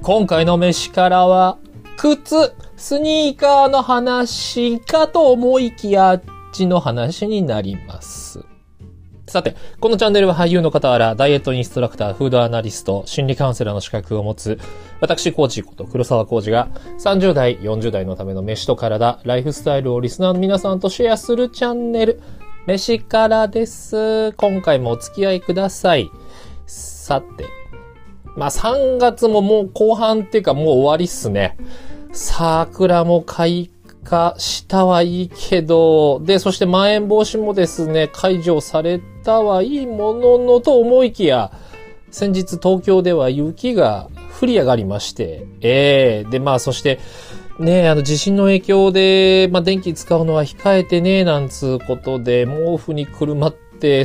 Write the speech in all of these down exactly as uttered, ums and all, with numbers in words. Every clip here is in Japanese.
今回の飯からは、靴、スニーカーの話かと思いきや、あっちの話になります。さて、このチャンネルは俳優の傍ら、ダイエットインストラクター、フードアナリスト、心理カウンセラーの資格を持つ、私、コーチこと黒沢コーチが、さんじゅう代、よんじゅう代のための飯と体、ライフスタイルをリスナーの皆さんとシェアするチャンネル、飯からです。今回もお付き合いください。さて、まあ、さんがつももう後半っていうかもう終わりっすね。桜も開花したはいいけど、で、そしてまん延防止もですね、解除されたはいいもののと思いきや、先日東京では雪が降り上がりまして、ええー、で、まあそして、ね、あの地震の影響で、まあ電気使うのは控えてね、なんつうことで、毛布にくるまって、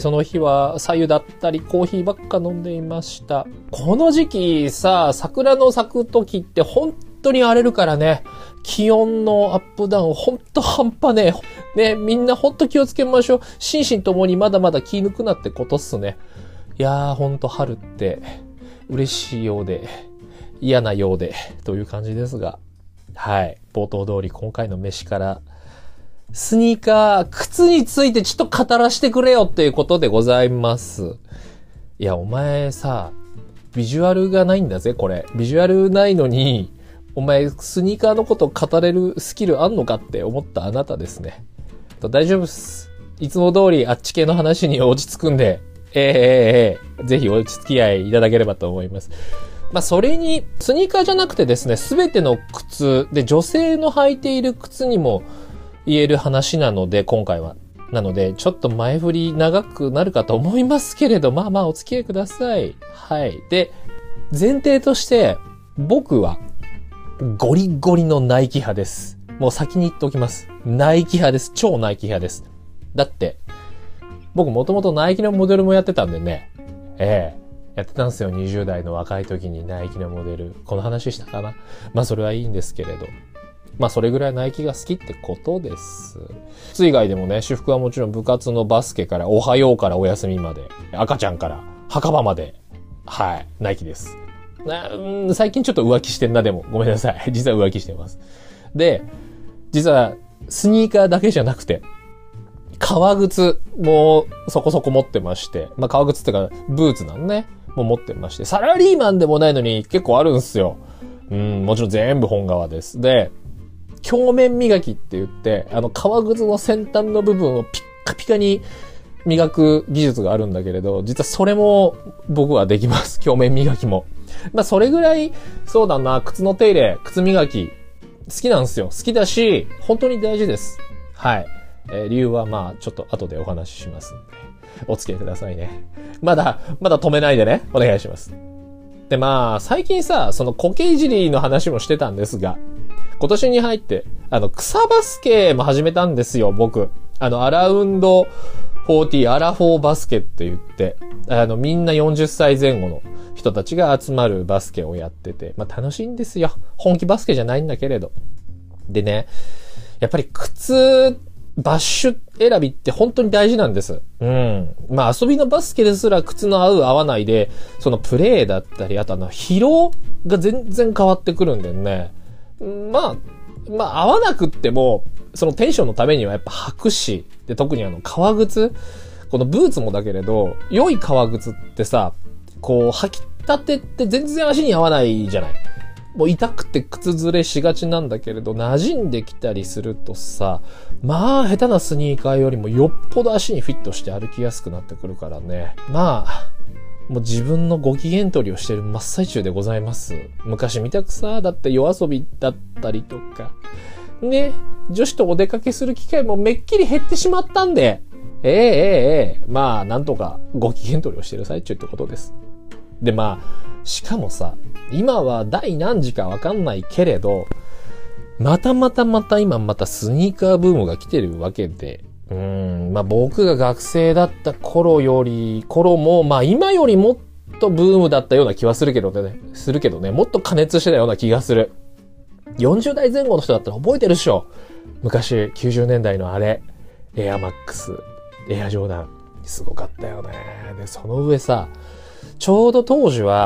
その日は白湯だったりコーヒーばっか飲んでいました。この時期さ、桜の咲く時って本当に荒れるからね、気温のアップダウンほんと半端ねえ。ね、みんなほんと気をつけましょう。心身ともにまだまだ気抜くなってことっすね。いやーほんと春って嬉しいようで嫌なようでという感じですが。はい。冒頭通り今回の飯からスニーカー、靴についてちょっと語らせてくれよっていうことでございます。いや、お前さ、ビジュアルがないんだぜ、これ。ビジュアルないのに、お前、スニーカーのことを語れるスキルあんのかって思ったあなたですね。大丈夫っす。いつも通りあっち系の話に落ち着くんで、えー、えー、えー、ぜひお付き合いいただければと思います。まあ、それに、スニーカーじゃなくてですね、すべての靴で女性の履いている靴にも言える話なので、今回は。なので、ちょっと前振り長くなるかと思いますけれど、まあまあお付き合いください。はい。で、前提として、僕は、ゴリゴリのナイキ派です。もう先に言っておきます。ナイキ派です。超ナイキ派です。だって、僕もともとナイキのモデルもやってたんでね。ええやってたんですよ。にじゅう代の若い時にナイキのモデル。この話したかな。まあそれはいいんですけれど。まあそれぐらいナイキが好きってことです。靴以外でもね、私服はもちろん部活のバスケからおはようからお休みまで、赤ちゃんから墓場まで、はい、ナイキです。なうん最近ちょっと浮気してんな、でも。ごめんなさい。実は浮気してます。で、実はスニーカーだけじゃなくて、革靴もそこそこ持ってまして、まあ革靴ってかブーツなんね、もう持ってまして、サラリーマンでもないのに結構あるんすよ。うん、もちろん全部本革です。で、鏡面磨きって言って、あの革靴の先端の部分をピッカピカに磨く技術があるんだけれど、実はそれも僕はできます。鏡面磨きも。まあそれぐらい、そうだな、靴の手入れ、靴磨き、好きなんですよ。好きだし、本当に大事です。はい。えー、理由はまあちょっと後でお話ししますんで、お付き合いくださいね。まだ、まだ止めないでね、お願いします。でまあ、最近さ、その苔いじりの話もしてたんですが、今年に入って、あの、草バスケも始めたんですよ、僕。あの、アラウンドよんじゅう、アラフォーバスケって言って、あの、みんなよんじゅっさいぜん後の人たちが集まるバスケをやってて、まあ楽しいんですよ。本気バスケじゃないんだけれど。でね、やっぱり靴、バッシュ選びって本当に大事なんです。うん。まあ遊びのバスケですら靴の合う合わないで、そのプレーだったり、あとあの疲労が全然変わってくるんだよね。まあ、まあ合わなくっても、そのテンションのためにはやっぱ履くし、で特にあの革靴、このブーツもだけれど、良い革靴ってさ、こう履きたてって全然足に合わないじゃない。もう痛くて靴ずれしがちなんだけれど、馴染んできたりするとさ、まあ下手なスニーカーよりもよっぽど足にフィットして歩きやすくなってくるからね。まあ、もう自分のご機嫌取りをしてる真っ最中でございます。昔みたくさ、だって夜遊びだったりとか、ね、女子とお出かけする機会もめっきり減ってしまったんで、ええええええまあなんとかご機嫌取りをしてる最中ってことです。でまあ、しかもさ、今は第何時かわかんないけれど、またまたまた今またスニーカーブームが来てるわけで、うーん、まあ僕が学生だった頃より、頃も、まあ今よりもっとブームだったような気はするけどね、するけどね、もっと加熱してたような気がする。よんじゅう代前後の人だったら覚えてるっしょ。昔きゅうじゅうねんだいのあれ、エアマックス、エアジョーダン、すごかったよね。で、その上さ、ちょうど当時は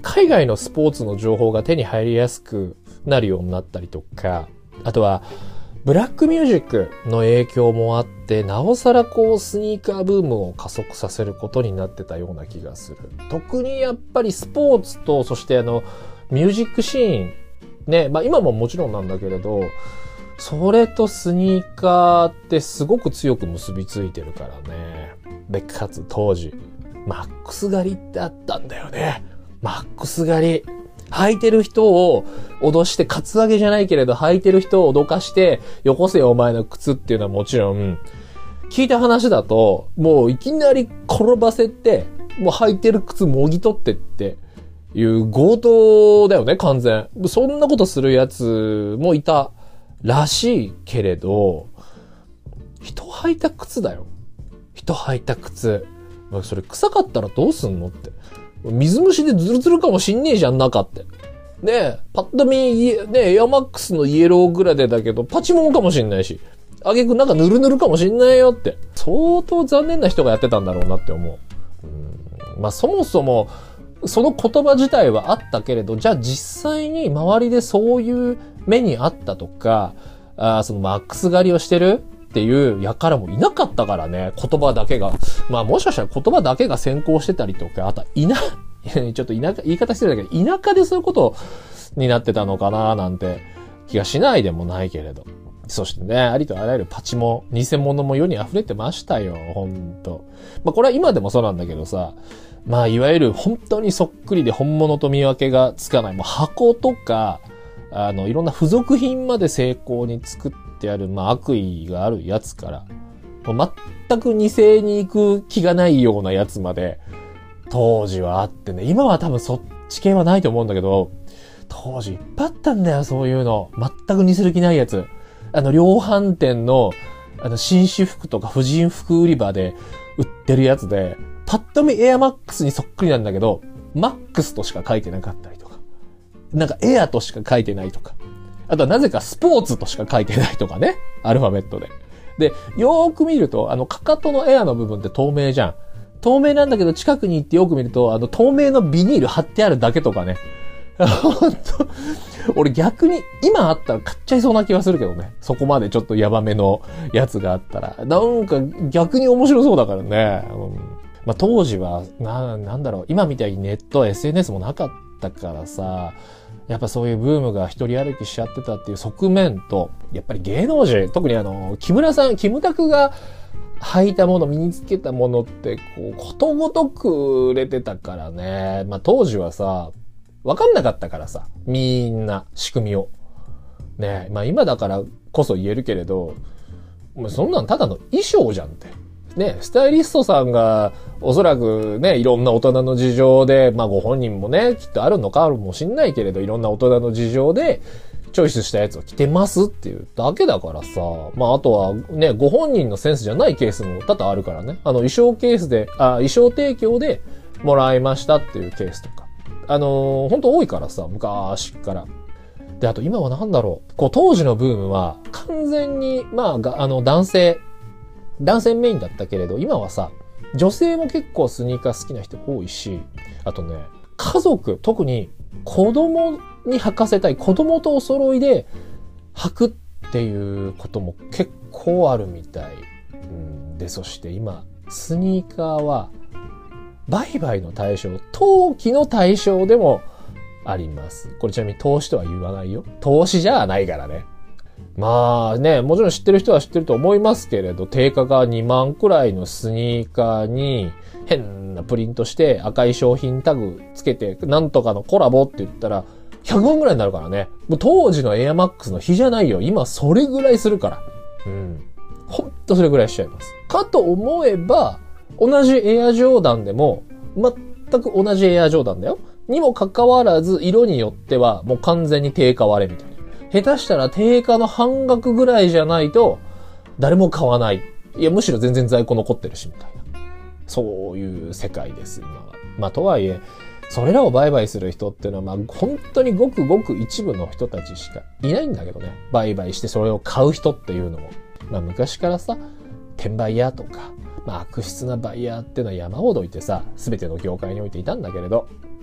海外のスポーツの情報が手に入りやすくなるようになったりとか、あとはブラックミュージックの影響もあって、なおさらこうスニーカーブームを加速させることになってたような気がする。特にやっぱりスポーツと、そしてあのミュージックシーンね、まあ今ももちろんなんだけれど、それとスニーカーってすごく強く結びついてるからね。で、かつ当時マックス狩りってあったんだよね。マックス狩り。履いてる人を脅して、カツアゲじゃないけれど、履いてる人を脅かして、よこせよお前の靴っていうのはもちろん、聞いた話だと、もういきなり転ばせて、もう履いてる靴もぎ取ってっていう強盗だよね、完全。そんなことするやつもいたらしいけれど、人履いた靴だよ。人履いた靴。それ臭かったらどうすんのって。水虫でズルズルかもしんねえじゃん、中って。ねえ、パッと見、ねエアマックスのイエローグラデだけど、パチモンかもしんないし、あげくなんかヌルヌルかもしんないよって。相当残念な人がやってたんだろうなって思う。うん、まあそもそも、その言葉自体はあったけれど、じゃあ実際に周りでそういう目にあったとか、あそのマックス狩りをしてるっていう輩もいなかったからね、言葉だけが。まあもしかしたら言葉だけが先行してたりとか、あとは田、ちょっと田舎、言い方失礼だけど、田舎でそういうことになってたのかななんて気がしないでもないけれど。そしてね、ありとあらゆるパチモン、偽物も世に溢れてましたよ、ほんと。まあこれは今でもそうなんだけどさ、まあいわゆる本当にそっくりで本物と見分けがつかない、もう箱とか、あの、いろんな付属品まで精巧に作ってある、まあ悪意があるやつから、もう全く偽に行く気がないようなやつまで、当時はあってね、今は多分そっち系はないと思うんだけど、当時いっぱいあったんだよ、そういうの。全く似せる気ないやつ。あの、量販店の、あの、紳士服とか婦人服売り場で売ってるやつで、パッと見エアマックスにそっくりなんだけど、マックスとしか書いてなかったりとか、なんかエアとしか書いてないとか、あとはなぜかスポーツとしか書いてないとかね、アルファベットで。で、よーく見ると、あの、かかとのエアの部分って透明じゃん。透明なんだけど近くに行ってよく見ると、あの、透明のビニール貼ってあるだけとかね。ほんと、俺逆に今あったら買っちゃいそうな気はするけどね。そこまでちょっとヤバめのやつがあったら。なんか逆に面白そうだからね。うん、まあ、当時は、な、なんだろう、今みたいにネット、エスエヌエス もなかったからさ、やっぱそういうブームが一人歩きしちゃってたっていう側面と、やっぱり芸能人、特にあの、木村さん、キムタクが履いたもの、身につけたものって、こう、ことごとく売れてたからね。まあ、当時はさ、わかんなかったからさ、みんな仕組みを。ね、まあ今だからこそ言えるけれど、もうそんなんただの衣装じゃんって。ね、スタイリストさんがおそらくね、いろんな大人の事情で、まあご本人もね、きっとあるのかあるもしんないけれど、いろんな大人の事情でチョイスしたやつを着てますっていうだけだからさ、まああとはね、ご本人のセンスじゃないケースも多々あるからね、あの衣装ケースで、あ、衣装提供でもらいましたっていうケースとか。あのー、ほんと多いからさ、昔から。で、あと今はなんだろう。こう、当時のブームは、完全に、まあ、が、あの、男性、男性メインだったけれど、今はさ、女性も結構スニーカー好きな人多いし、あとね、家族、特に子供に履かせたい、子供とお揃いで履くっていうことも結構あるみたい。うん、で、そして今、スニーカーは、売買の対象、投機の対象でもあります。これちなみに投資とは言わないよ。投資じゃないからね。まあね、もちろん知ってる人は知ってると思いますけれど、定価がにまんくらいのスニーカーに変なプリントして赤い商品タグつけて、なんとかのコラボって言ったらひゃくまんぐらいになるからね。もう当時のエアマックスの比じゃないよ。今それぐらいするから。うん。ほんとそれぐらいしちゃいます。かと思えば、同じエアジョーダンでも、全く同じエアジョーダンだよ。にもかかわらず、色によってはもう完全に定価割れみたいな。下手したら定価の半額ぐらいじゃないと、誰も買わない。いや、むしろ全然在庫残ってるし、みたいな。そういう世界です、今は。まあ、とはいえ、それらを売買する人っていうのは、まあ、本当にごくごく一部の人たちしかいないんだけどね。売買してそれを買う人っていうのも。まあ、昔からさ、転売屋とか、まあ悪質なバイヤーっていうのは山ほどいてさ、すべての業界においていたんだけれど、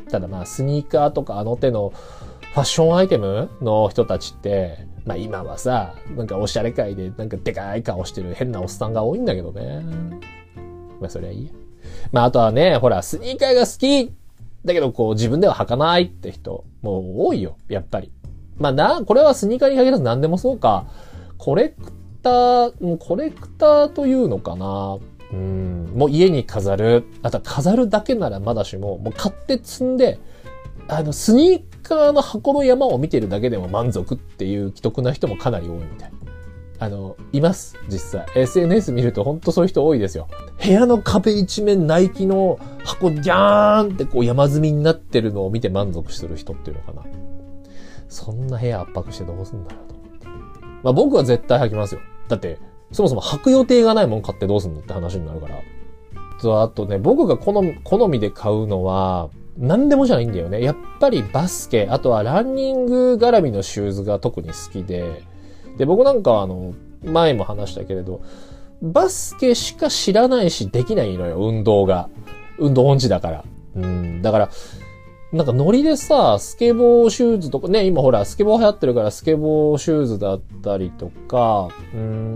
ただまあスニーカーとかあの手のファッションアイテムの人たちって、まあ今はさ、なんかおしゃれ界でなんかでかい顔してる変なおっさんが多いんだけどね。まあそりゃいいや。まああとはね、ほら、スニーカーが好きだけどこう自分では履かないって人もう多いよ、やっぱり。まあな、これはスニーカーに限らず何でもそうか。コレクター、コレクターというのかな。うん、もう家に飾る。あとは飾るだけならまだしも、もう買って積んで、あの、スニーカーの箱の山を見てるだけでも満足っていう既得な人もかなり多いみたい。あの、います、実際。エスエヌエス 見るとほんとそういう人多いですよ。部屋の壁一面ナイキの箱ギャーンってこう山積みになってるのを見て満足する人っていうのかな。そんな部屋圧迫してどうすんだよと思って。まあ僕は絶対履きますよ。だって、そもそも履く予定がないもん買ってどうすんのって話になるから。と、あとね、僕が好み、好みで買うのは、何でもじゃないんだよね。やっぱりバスケ、あとはランニング絡みのシューズが特に好きで、で、僕なんかはあの、前も話したけれど、バスケしか知らないしできないのよ、運動が。運動音痴だから。うん、だから、なんかノリでさ、スケボーシューズとか、ね、今ほら、スケボー流行ってるからスケボーシューズだったりとか、うん、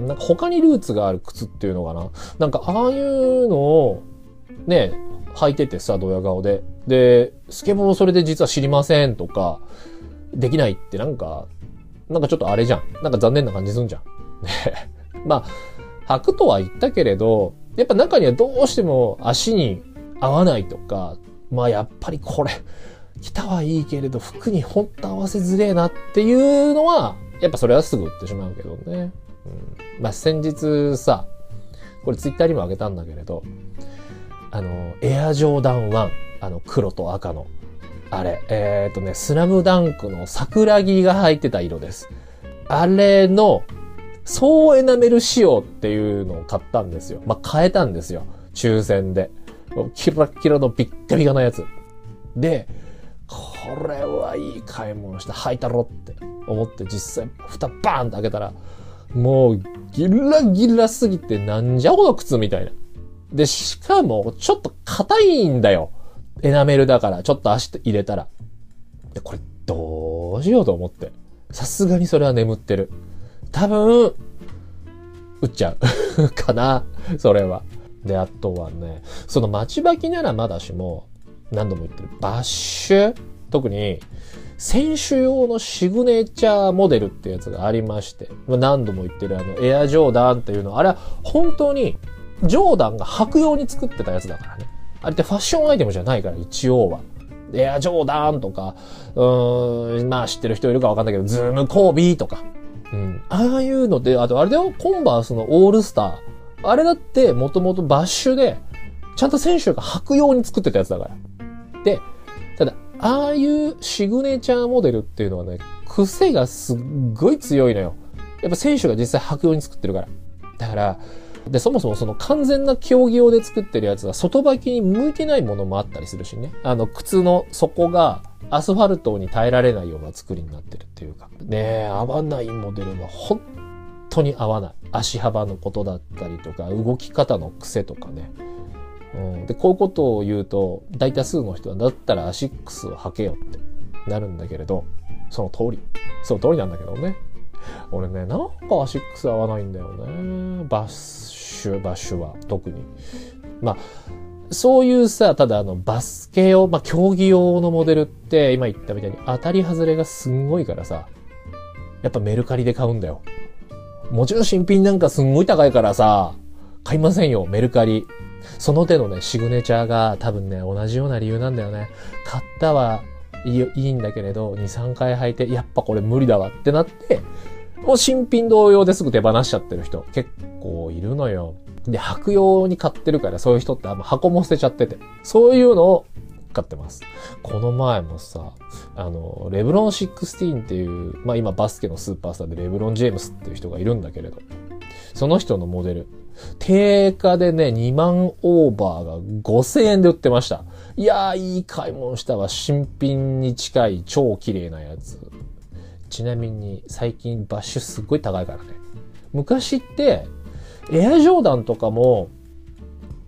なんか他にルーツがある靴っていうのかな。なんかああいうのを、ね、履いててさ、ドヤ顔で。で、スケボーそれで実は知りませんとか、できないってなんか、なんかちょっとあれじゃん。なんか残念な感じすんじゃん。ね。まあ、履くとは言ったけれど、やっぱ中にはどうしても足に合わないとか、まあやっぱりこれ、着たはいいけれど服にほんと合わせづれえなっていうのは、やっぱそれはすぐ売ってしまうけどね。うん、まあ先日さ、これツイッターにも上げたんだけれど、あの、エアジョーダンワン、あの黒と赤の、あれ、えっとね、スラムダンクの桜木が入ってた色です。あれの、総エナメル仕様っていうのを買ったんですよ。まあ、買えたんですよ。抽選で。キラキラのビッカビカなやつ。で、これはいい買い物した。履いたろって思って実際、蓋バーンって開けたら、もうギラギラすぎてなんじゃこの靴みたいな。で、しかもちょっと硬いんだよ。エナメルだから、ちょっと足入れたら。で、これどうしようと思って。さすがにそれは眠ってる。多分、売っちゃう。かな。それは。で、あとはね、その待ち履きならまだしも、何度も言ってるバッシュ、特に、選手用のシグネチャーモデルってやつがありまして、何度も言ってるあの、エアジョーダンっていうのは、あれは本当に、ジョーダンが履く用に作ってたやつだからね。あれってファッションアイテムじゃないから、一応は。エアジョーダンとか、うーん、まあ知ってる人いるかわかんないけど、ズームコービーとか。うん。ああいうので、あとあれだよ、コンバースのオールスター。あれだってもともとバッシュで、ちゃんと選手が履くように作ってたやつだから。で、ただ、ああいうシグネチャーモデルっていうのはね、癖がすっごい強いのよ。やっぱ選手が実際履くように作ってるから。だから、で、そもそもその完全な競技用で作ってるやつは外履きに向いてないものもあったりするしね。あの、靴の底がアスファルトに耐えられないような作りになってるっていうか。ねえ、合わないモデルは本当に合わない。足幅のことだったりとか、動き方の癖とかね。うん、で、こういうことを言うと、大多数の人はだったらアシックスを履けよってなるんだけれど、その通り。その通りなんだけどね。俺ね、なんかアシックス合わないんだよね。バッシュ、バッシュは特に。まあ、そういうさ、ただあの、バスケ用、まあ、競技用のモデルって、今言ったみたいに当たり外れがすんごいからさ、やっぱメルカリで買うんだよ。もちろん新品なんかすんごい高いからさ、買いませんよ、メルカリ。その手のね、シグネチャーが多分ね、同じような理由なんだよね。買ったはいい、いいんだけれど、に、さんかい履いて、やっぱこれ無理だわってなって、もう新品同様ですぐ手放しちゃってる人結構いるのよ。で、履く用に買ってるからそういう人ってあんま箱も捨てちゃってて。そういうのを買ってます。この前もさ、あの、レブロンじゅうろくっていう、まあ今バスケのスーパースターでレブロン・ジェームスっていう人がいるんだけれど、その人のモデル、定価でね、にまんオーバーがごせんえんで売ってました。いやー、いい買い物したわ。新品に近い超綺麗なやつ。ちなみに最近バッシュすっごい高いからね。昔ってエアジョーダンとかも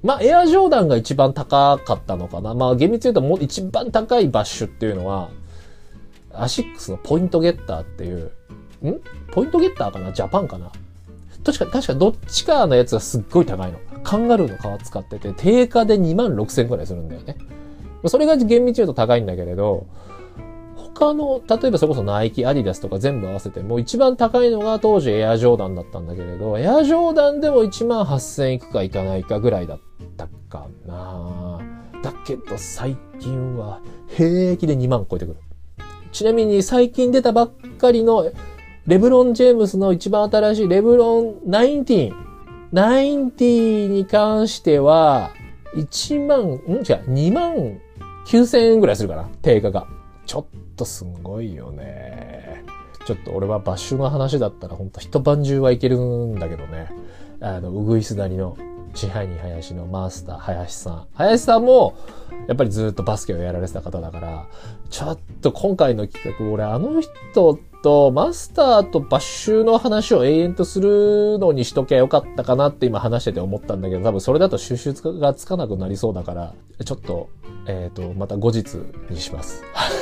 まあ、エアジョーダンが一番高かったのかな。まあ、厳密に言うともう一番高いバッシュっていうのは、アシックスのポイントゲッターっていう、んポイントゲッターかなジャパンかな確か、確かどっちかのやつがすっごい高いの。カンガルーの皮使ってて、定価でにまんろくせんくらいするんだよね。それが厳密に言うと高いんだけれど、他の、例えばそれこそナイキ、アディダスとか全部合わせて、もう一番高いのが当時エアジョーダンだったんだけれど、エアジョーダンでもいちまんはっせんいくかいかないかぐらいだったかな。だけど最近は平気でにまん超えてくる。ちなみに最近出たばっかりのレブロン・ジェームスの一番新しいレブロンじゅうきゅう。じゅうきゅうに関しては、いちまん、ん違う、にまんきゅうせんえんぐらいするかな、定価が。ちょっとすごいよね。ちょっと俺はバッシュの話だったらほんと一晩中はいけるんだけどね。あの、うぐいすなりの支配人林のマスター、林さん。林さんも、やっぱりずっとバスケをやられてた方だから、ちょっと今回の企画、俺あの人とマスターとバッシュの話を永遠とするのにしときゃよかったかなって今話してて思ったんだけど、多分それだと収集がつかなくなりそうだから、ちょっと、えっと、また後日にします。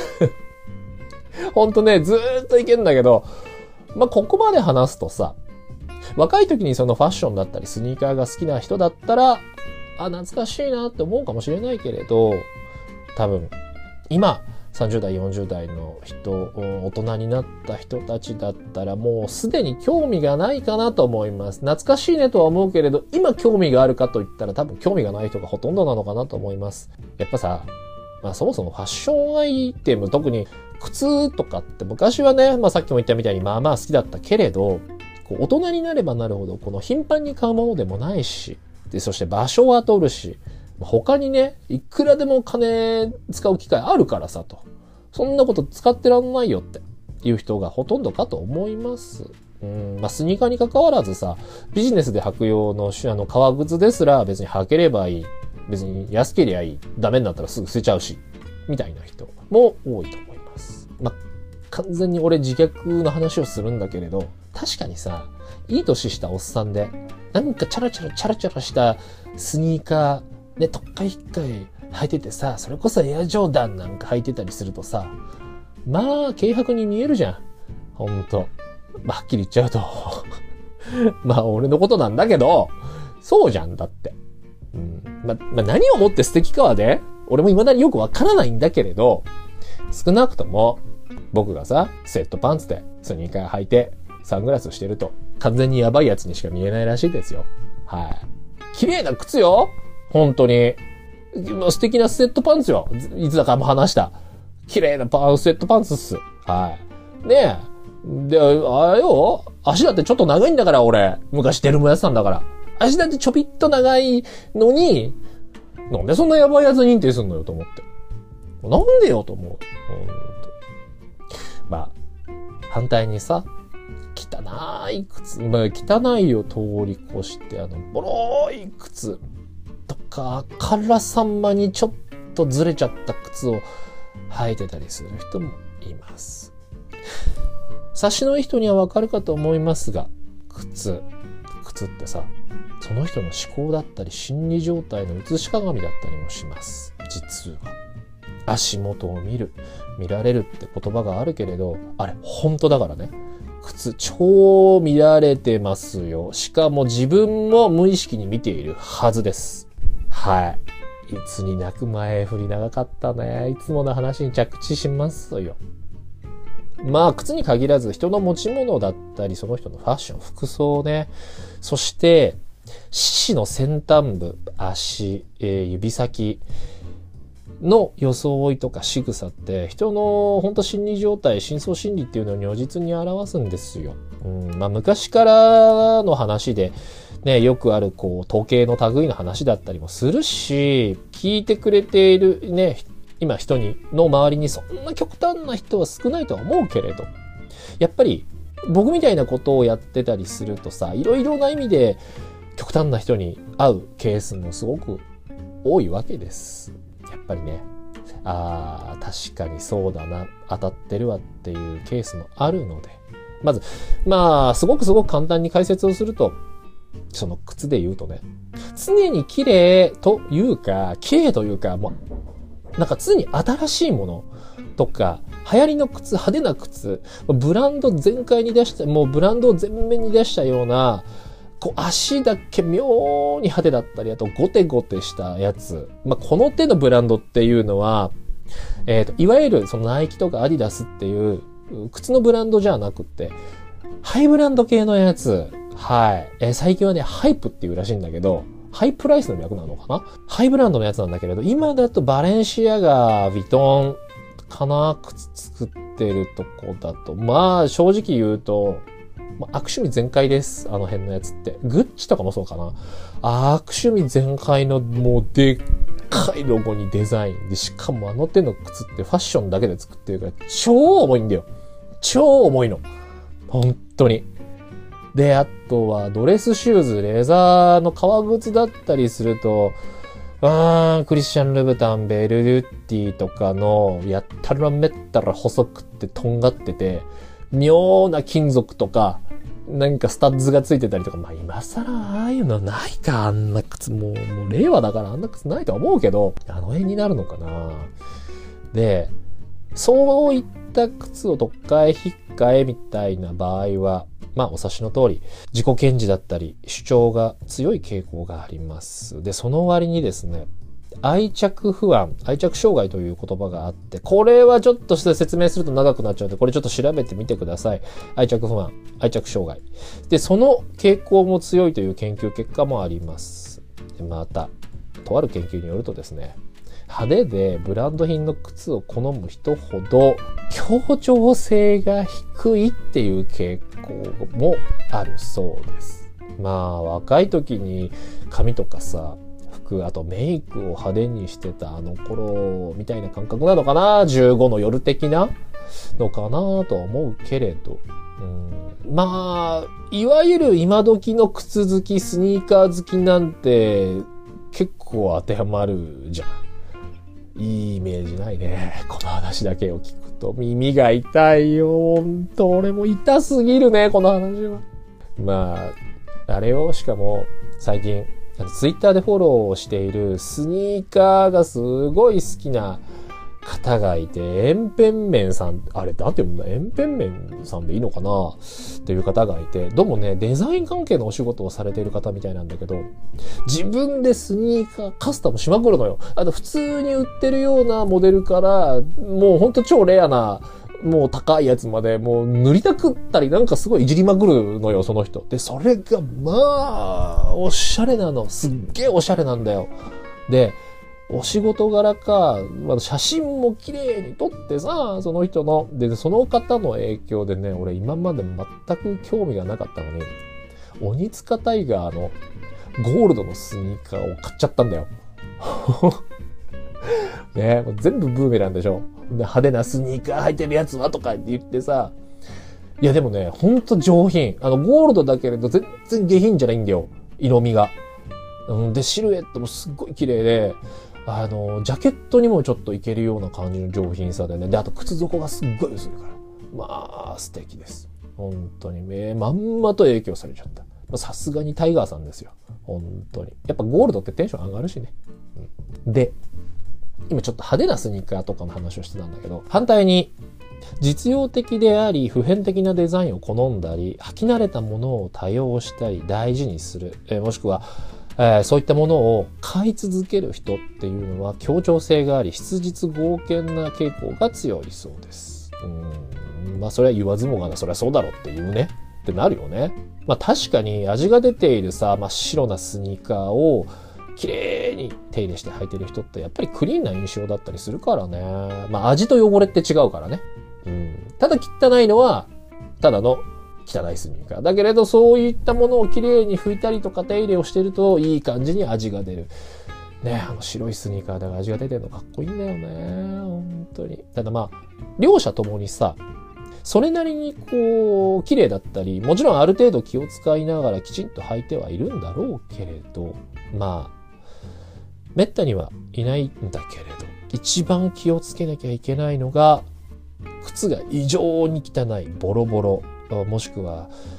ほんとね、ずーっといけんだけど、まあ、ここまで話すとさ、若い時にそのファッションだったりスニーカーが好きな人だったら、あ、懐かしいなって思うかもしれないけれど、多分、今、さんじゅう代、よんじゅう代の人、大人になった人たちだったらもうすでに興味がないかなと思います。懐かしいねとは思うけれど、今興味があるかと言ったら多分興味がない人がほとんどなのかなと思います。やっぱさ、まあそもそもファッションアイテム、特に靴とかって昔はね、まあさっきも言ったみたいにまあまあ好きだったけれど、こう大人になればなるほどこの頻繁に買うものでもないし、で、そして場所は取るし、他にね、いくらでも金使う機会あるからさと。そんなこと使ってらんないよっていう人がほとんどかと思います。うん、まあスニーカーに関わらずさ、ビジネスで履く用のあの革靴ですら別に履ければいい。別に安ければいい。ダメになったらすぐ捨てちゃうし。みたいな人も多いと思います。まあ完全に俺自虐の話をするんだけれど、確かにさ、いい年したおっさんで、なんかチャラチャラチャラチャラしたスニーカーで特会引っかい履いててさ、それこそエアジョーダンなんか履いてたりするとさ、まあ軽薄に見えるじゃん。ほんと。まあはっきり言っちゃうと。まあ俺のことなんだけど、そうじゃんだって。うん、まあ、まあ何をもって素敵かはね、俺も未だによくわからないんだけれど、少なくとも僕がさ、スウェットパンツでスニーカー履いてサングラスしてると完全にやばいやつにしか見えないらしいですよ。はい。綺麗な靴よ。本当に。素敵なスウェットパンツよ。いつだかも話した。綺麗なパンスウェットパンツっす。はい。ねえ。で、あれよ。足だってちょっと長いんだから俺。昔デルもやってたんだから。足だってちょびっと長いのに、なんでそんなやばいやつ認定すんのよと思って。なんでよと思う。ほんと。まあ、反対にさ、汚い靴、まあ汚いを通り越して、あの、ボロい靴とか、あからさまにちょっとずれちゃった靴を履いてたりする人もいます。察しのいい人にはわかるかと思いますが、靴、靴ってさ、その人の思考だったり心理状態の映し鏡だったりもします。実は。足元を見る、見られるって言葉があるけれど、あれ、本当だからね。靴、超見られてますよ。しかも自分も無意識に見ているはずです。はい。いつに泣く前振り長かったね。いつもの話に着地しますよ。まあ、靴に限らず人の持ち物だったり、その人のファッション、服装ね。そして、四肢の先端部、足、えー、指先の装いとか仕草って人の本当心理状態、深層心理っていうのを如実に表すんですよ。うん、まあ昔からの話でね、よくあるこう統計の類の話だったりもするし、聞いてくれているね、今人にの周りにそんな極端な人は少ないとは思うけれど、やっぱり僕みたいなことをやってたりするとさ、いろいろな意味で極端な人に会うケースもすごく多いわけです。やっぱりね、あー確かにそうだな、当たってるわっていうケースもあるので、まずまあすごくすごく簡単に解説をすると、 その靴で言うとね、常に綺麗というか、綺麗というか、もう、なんか常に新しいものとか、流行りの靴、派手な靴、ブランド全開に出した、もうブランドを全面に出したような、こう足だけ妙に派手だったり、あとゴテゴテしたやつ。まあ、この手のブランドっていうのは、えっと、いわゆるそのナイキとかアディダスっていう靴のブランドじゃなくって、ハイブランド系のやつ。はい。えー、最近はね、ハイプっていうらしいんだけど、ハイプライスの略なのかな？ハイブランドのやつなんだけれど、今だとバレンシアガ、ヴィトンかな？靴作ってるとこだと。まあ、正直言うと、まあ、悪趣味全開です。あの辺のやつって。グッチとかもそうかな。悪趣味全開のもうでっかいロゴにデザインで、しかもあの手の靴ってファッションだけで作ってるから超重いんだよ。超重いの。本当に。で、あとはドレスシューズ、レザーの革靴だったりすると、うーん、クリスチャン・ルブタン、ベルルッティとかの、やったらめったら細くってとんがってて、妙な金属とか、なんかスタッズがついてたりとか、まあ今更ああいうのないか、あんな靴、もう、もう令和だからあんな靴ないとは思うけど、あの辺になるのかな。で、そういった靴を取っ替え引っ換えみたいな場合は、まあお察しの通り、自己顕示だったり主張が強い傾向があります。で、その割にですね、愛着不安、愛着障害という言葉があって、これはちょっとして説明すると長くなっちゃうので、これちょっと調べてみてください。愛着不安、愛着障害。で、その傾向も強いという研究結果もあります。でまた、とある研究によるとですね、派手でブランド品の靴を好む人ほど協調性が低いっていう傾向もあるそうです。まあ若い時に髪とかさ、服、あとメイクを派手にしてたあの頃みたいな感覚なのかな、じゅうごの夜的なのかなとは思うけれど、うん、まあいわゆる今時の靴好き、スニーカー好きなんて結構当てはまるじゃん。いいイメージないね。この話だけを聞くと耳が痛いよ。ほんと、俺も痛すぎるね、この話は。まあ、あれをしかも最近、ツイッターでフォローをしているスニーカーがすごい好きな方がいて、エンペンメンさん、あれなんて読むんだ、エンペンメンさんでいいのかなっていう方がいて、どうもね、デザイン関係のお仕事をされている方みたいなんだけど、自分でスニーカーカスタムしまくるのよ。あと普通に売ってるようなモデルから、もうほんと超レアな、もう高いやつまで、もう塗りたくったりなんかすごいいじりまくるのよ、その人。で、それがまあ、おしゃれなの。すっげえおしゃれなんだよ。で、お仕事柄か、まあ、写真も綺麗に撮ってさ、その人の。で、その方の影響でね、俺今まで全く興味がなかったのに、鬼塚タイガーのゴールドのスニーカーを買っちゃったんだよ。ね、もう全部ブーメランでしょ。で、派手なスニーカー履いてるやつはとかって言ってさ、いやでもね、ほんと上品。あの、ゴールドだけれど全然下品じゃないんだよ。色味が。うん、で、シルエットもすっごい綺麗で、あの、ジャケットにもちょっといけるような感じの上品さでね。で、あと靴底がすっごい薄いから。まあ、素敵です。本当に、めまんまと影響されちゃった。さすがにタイガーさんですよ。本当に。やっぱゴールドってテンション上がるしね。うん、で、今ちょっと派手なスニーカーとかの話をしてたんだけど、反対に、実用的であり普遍的なデザインを好んだり、履き慣れたものを多用したり大事にする、えー、もしくはえー、そういったものを買い続ける人っていうのは協調性があり質実剛健な傾向が強いそうです。うん、まあそれは言わずもがな、それはそうだろうっていうねってなるよね。まあ確かに味が出ているさ、真っ白なスニーカーを綺麗に手入れして履いてる人ってやっぱりクリーンな印象だったりするからね。まあ味と汚れって違うからね。うん、ただ汚いのはただの汚いスニーカーだけれど、そういったものをきれいに拭いたりとか手入れをしてるといい感じに味が出るね。あの白いスニーカーだから味が出てるのかっこいいんだよね、本当に。ただまあ両者ともにさ、それなりにこう綺麗だったり、もちろんある程度気を使いながらきちんと履いてはいるんだろうけれど、まあめったにはいないんだけれど、一番気をつけなきゃいけないのが靴が異常に汚いボロボロ、もしくは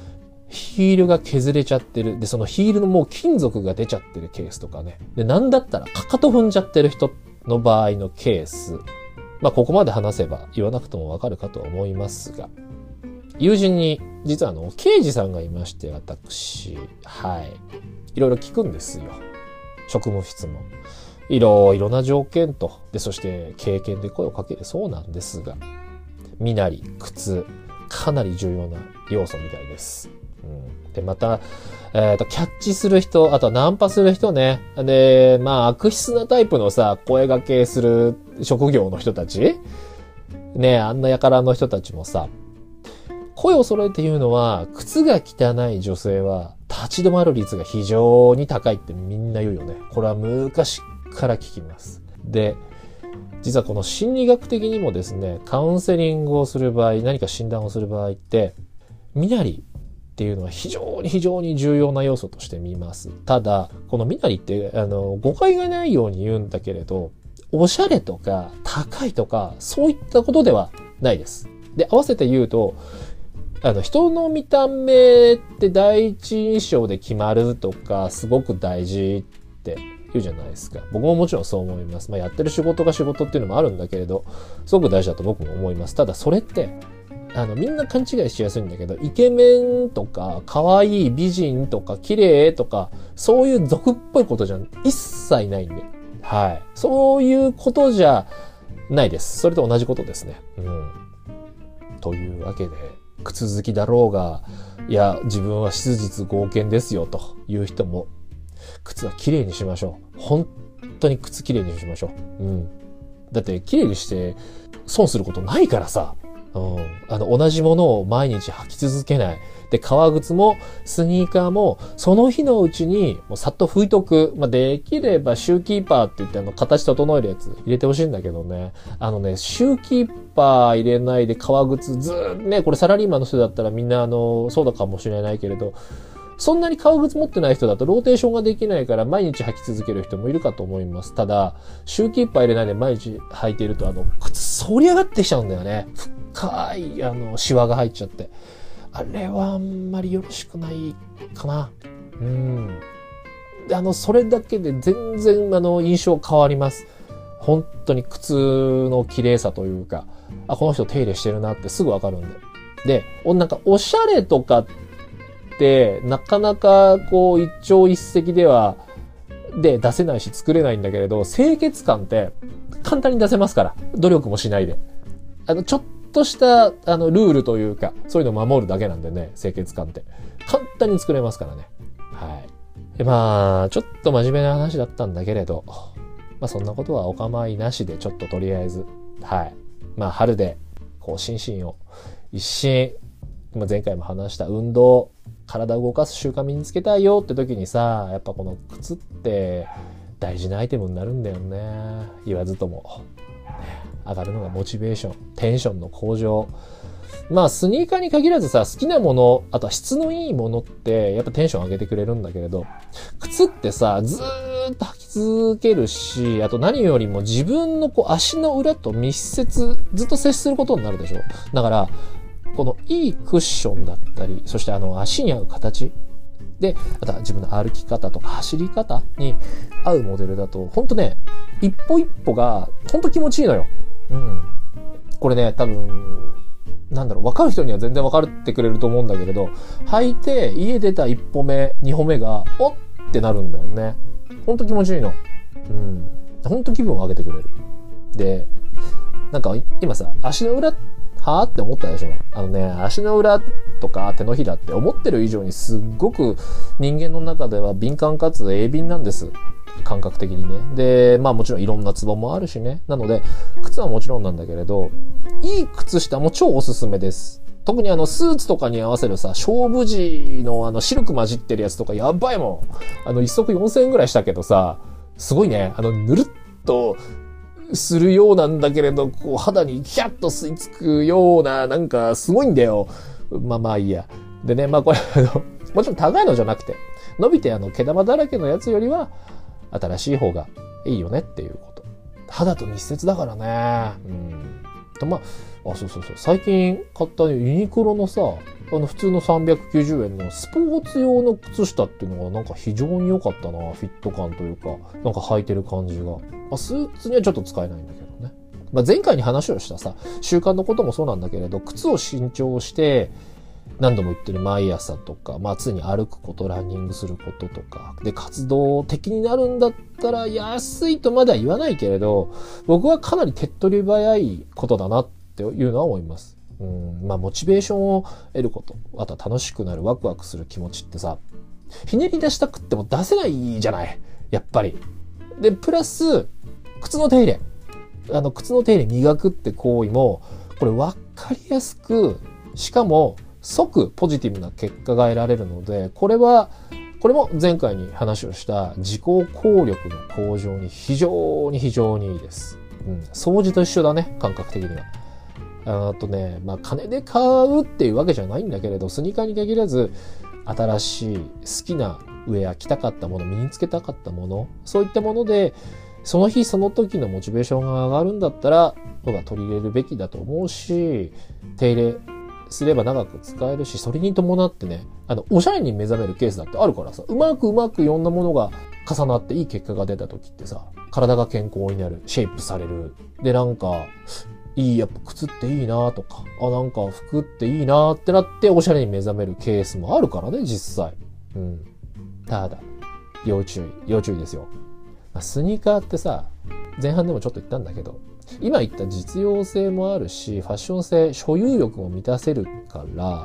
ヒールが削れちゃってる。で、そのヒールのもう金属が出ちゃってるケースとかね。で、なんだったらかかと踏んじゃってる人の場合のケース。まあ、ここまで話せば言わなくてもわかるかと思いますが、友人に実はあの、刑事さんがいまして、私、はい。いろいろ聞くんですよ。職務質問。いろいろな条件と、で、そして経験で声をかけるそうなんですが、身なり、靴、かなり重要な要素みたいです。うん、で、また、えっと、キャッチする人、あとはナンパする人ね。で、まあ、悪質なタイプのさ、声掛けする職業の人たちね、あんなやからの人たちもさ、声を揃えて言うのは、靴が汚い女性は立ち止まる率が非常に高いってみんな言うよね。これは昔から聞きます。で、実はこの心理学的にもですね、カウンセリングをする場合、何か診断をする場合って、身なりっていうのは非常に非常に重要な要素として見ます。ただ、この身なりって、あの、誤解がないように言うんだけれど、おしゃれとか高いとか、そういったことではないです。で、合わせて言うと、あの、人の見た目って第一印象で決まるとか、すごく大事って言うじゃないですか。僕ももちろんそう思います。まあ、やってる仕事が仕事っていうのもあるんだけれど、すごく大事だと僕も思います。ただ、それって、あの、みんな勘違いしやすいんだけど、イケメンとか、可愛い美人とか、綺麗とか、そういう俗っぽいことじゃ一切ないんで。はい。そういうことじゃないです。それと同じことですね。うん。というわけで、靴好きだろうが、いや、自分は質実剛健ですよ、という人も、靴は綺麗にしましょう。本当に靴綺麗にしましょう。うん。だって、綺麗にして損することないからさ。うん、あの、同じものを毎日履き続けない。で、革靴もスニーカーも、その日のうちに、もうさっと拭いとく。まあ、できればシューキーパーって言って、あの、形整えるやつ入れてほしいんだけどね。あのね、シューキーパー入れないで革靴ずーっとね、これサラリーマンの人だったらみんなあの、そうだかもしれないけれど、そんなに革靴持ってない人だとローテーションができないから毎日履き続ける人もいるかと思います。ただ、シューキーパー入れないで毎日履いていると、あの、靴反り上がってきちゃうんだよね。深い、あの、シワが入っちゃって。あれはあんまりよろしくないかな。うん。あの、それだけで全然、あの、印象変わります。本当に靴の綺麗さというか、あ、この人手入れしてるなってすぐわかるんで。で、なんか、おしゃれとかって、なかなか、こう、一朝一夕では、で、出せないし作れないんだけれど、清潔感って簡単に出せますから。努力もしないで。あの、ちょっとした、あの、ルールというか、そういうのを守るだけなんでね、清潔感って。簡単に作れますからね。はい。で、まあ、ちょっと真面目な話だったんだけれど、まあ、そんなことはお構いなしで、ちょっととりあえず、はい。まあ、春で、こう、心身を一新、まあ、前回も話した運動、体を動かす習慣身につけたいよって時にさ、やっぱこの靴って大事なアイテムになるんだよね。言わずとも。上がるのがモチベーション、テンションの向上。まあスニーカーに限らずさ、好きなもの、あとは質のいいものってやっぱテンション上げてくれるんだけれど、靴ってさ、ずーっと履き続けるし、あと何よりも自分のこう足の裏と密接、ずっと接することになるでしょ。だから、このいいクッションだったり、そしてあの足に合う形で、あとは自分の歩き方とか走り方に合うモデルだと、ほんとね、一歩一歩がほんと気持ちいいのよ。うん。これね、多分、なんだろう、分かる人には全然分かってくれると思うんだけれど、履いて家出た一歩目、二歩目が、おってなるんだよね。ほんと気持ちいいの。うん。ほんと気分を上げてくれる。で、なんか今さ、足の裏、はぁって思ったでしょ。あのね、足の裏とか手のひらって思ってる以上にすっごく人間の中では敏感かつ鋭敏なんです。感覚的にね。で、まあもちろんいろんなツボもあるしね。なので、靴はもちろんなんだけれど、いい靴下も超おすすめです。特にあの、スーツとかに合わせるさ、勝負時のあの、シルク混じってるやつとかやばいもん。あの、一足よんせんえんぐらいしたけどさ、すごいね。あの、ぬるっと、するようなんだけれど、こう肌にキャッと吸い付くような、なんかすごいんだよ。まあまあいいや。でね、まあこれ、あの、もちろん高いのじゃなくて、伸びてあの、毛玉だらけのやつよりは、新しい方がいいよねっていうこと。肌と密接だからね。うん。と、まあ、あ、そうそうそう。最近買ったユニクロのさ、 あの普通のさんびゃくきゅうじゅうえんのスポーツ用の靴下っていうのがなんか非常に良かったな。フィット感というか、なんか履いてる感じが。まあ、スーツにはちょっと使えないんだけどね。まあ、前回に話をしたさ、習慣のこともそうなんだけれど、靴を新調して、何度も言ってる毎朝とか、まあ常に歩くこと、ランニングすることとか、で、活動的になるんだったら安いとまでは言わないけれど、僕はかなり手っ取り早いことだなっていうのは思います。うん、まあモチベーションを得ること、あとは楽しくなる、ワクワクする気持ちってさ、ひねり出したくっても出せないじゃない、やっぱり。で、プラス、靴の手入れ。あの、靴の手入れ磨くって行為も、これ分かりやすく、しかも即ポジティブな結果が得られるので、これは、これも前回に話をした自己効力の向上に非常に非常にいいです。うん、掃除と一緒だね、感覚的には。あとね、まあ金で買うっていうわけじゃないんだけれど、スニーカーに限らず、新しい好きなウェア、着たかったもの、身につけたかったもの、そういったもので、その日その時のモチベーションが上がるんだったら、僕は取り入れるべきだと思うし、手入れすれば長く使えるし、それに伴ってね、あの、おしゃれに目覚めるケースだってあるからさ、うまくうまくいろんなものが重なっていい結果が出た時ってさ、体が健康になる、シェイプされる。で、なんか、いい、やっぱ靴っていいなとか、あ、なんか服っていいなってなっておしゃれに目覚めるケースもあるからね、実際。うん。ただ、要注意、要注意ですよ。スニーカーってさ、前半でもちょっと言ったんだけど、今言った実用性もあるし、ファッション性、所有欲も満たせるから、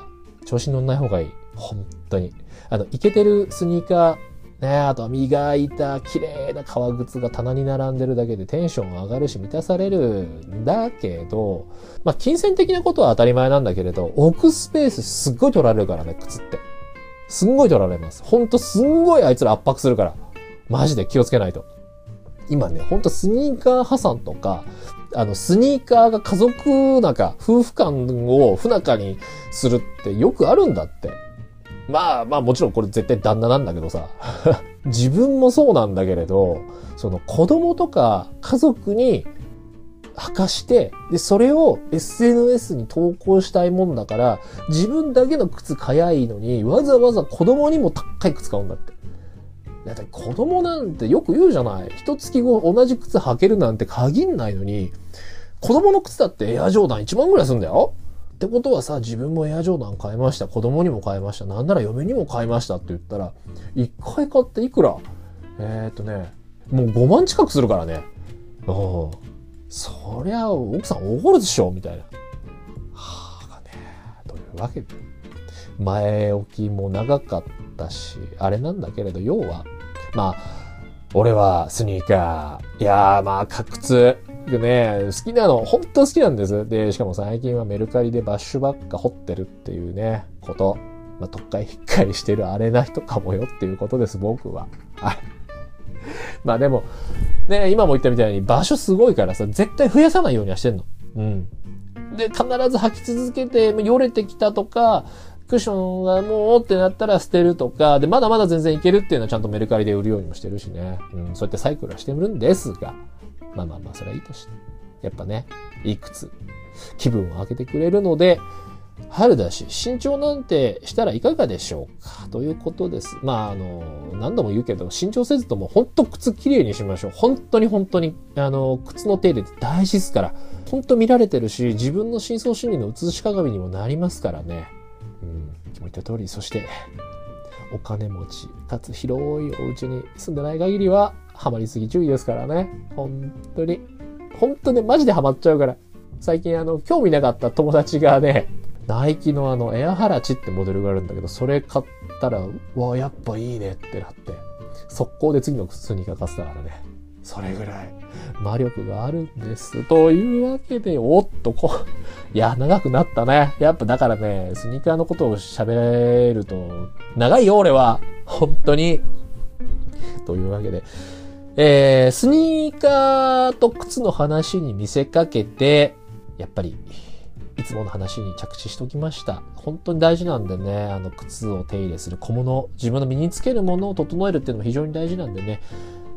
調子に乗んない方がいい。本当に。あの、イケてるスニーカー、ね、あとは磨いた綺麗な革靴が棚に並んでるだけでテンション上がるし満たされるんだけど、まあ、金銭的なことは当たり前なんだけれど、置くスペースすっごい取られるからね、靴って。すんごい取られます。ほんとすんごいあいつら圧迫するから。マジで気をつけないと。今ね、ほんとスニーカー破産とか、あの、スニーカーが家族仲、夫婦間を不仲にするってよくあるんだって。まあまあもちろんこれ絶対旦那なんだけどさ。自分もそうなんだけれど、その子供とか家族に履かして、で、それを エスエヌエス に投稿したいもんだから、自分だけの靴買やいいのに、わざわざ子供にも高い靴買うんだって。だって子供なんてよく言うじゃない。一月後同じ靴履けるなんて限んないのに、子供の靴だってエアジョーダンいちまんぐらいするんだよ。ってことはさ、自分もエアジョーダン買いました。子供にも買いました。なんなら嫁にも買いましたって言ったら、一回買っていくら？えーっとね、もうごまん近くするからね。うん。そりゃ奥さん怒るでしょみたいな。はあね。というわけで、前置きも長かったし、あれなんだけれど、要は、まあ、俺はスニーカー、いやーまあ、靴、ね、好きなの、本当好きなんです。で、しかも最近はメルカリでバッシュばっか掘ってるっていうね、こと。まあ、特会引っかりしてるあれな人かもよっていうことです、僕は。はい。まあでも、ね、今も言ったみたいに場所すごいからさ、絶対増やさないようにはしてんの。うん。で、必ず履き続けて、よれてきたとか、クッションがもうってなったら捨てるとか、で、まだまだ全然いけるっていうのはちゃんとメルカリで売るようにもしてるしね。うん、そうやってサイクルはしてるんですが、まあまあまあ、それはいいとして。やっぱね、いくつ気分を上げてくれるので、春だし、新調なんてしたらいかがでしょうかということです。まあ、あの、何度も言うけど、新調せずとも本当靴きれいにしましょう。本当に本当に、あの、靴の手入れって大事ですから。本当見られてるし、自分の深層心理の映し鏡にもなりますからね。うん、も言った通り、そして、お金持ち、かつ広いお家に住んでない限りは、ハマりすぎ注意ですからね。本当に。本当ね、マジでハマっちゃうから。最近あの、興味なかった友達がね、ナイキのあの、エアハラチってモデルがあるんだけど、それ買ったら、わあ、やっぱいいねってなって、速攻で次のスニーカー買ってたからね。それぐらい魔力があるんです。というわけで、おっとこう、いや、長くなったね。やっぱだからね、スニーカーのことを喋れると、長いよ、俺は。本当に。というわけで、えー、スニーカーと靴の話に見せかけて、やっぱり、いつもの話に着地しときました。本当に大事なんでね、あの、靴を手入れする小物、自分の身につけるものを整えるっていうのも非常に大事なんでね、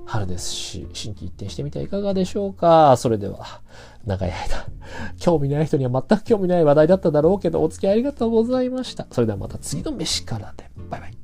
春ですし、心機一転してみてはいかがでしょうか。それでは、長い間、興味ない人には全く興味ない話題だっただろうけど、お付き合いありがとうございました。それではまた次の飯からで。バイバイ。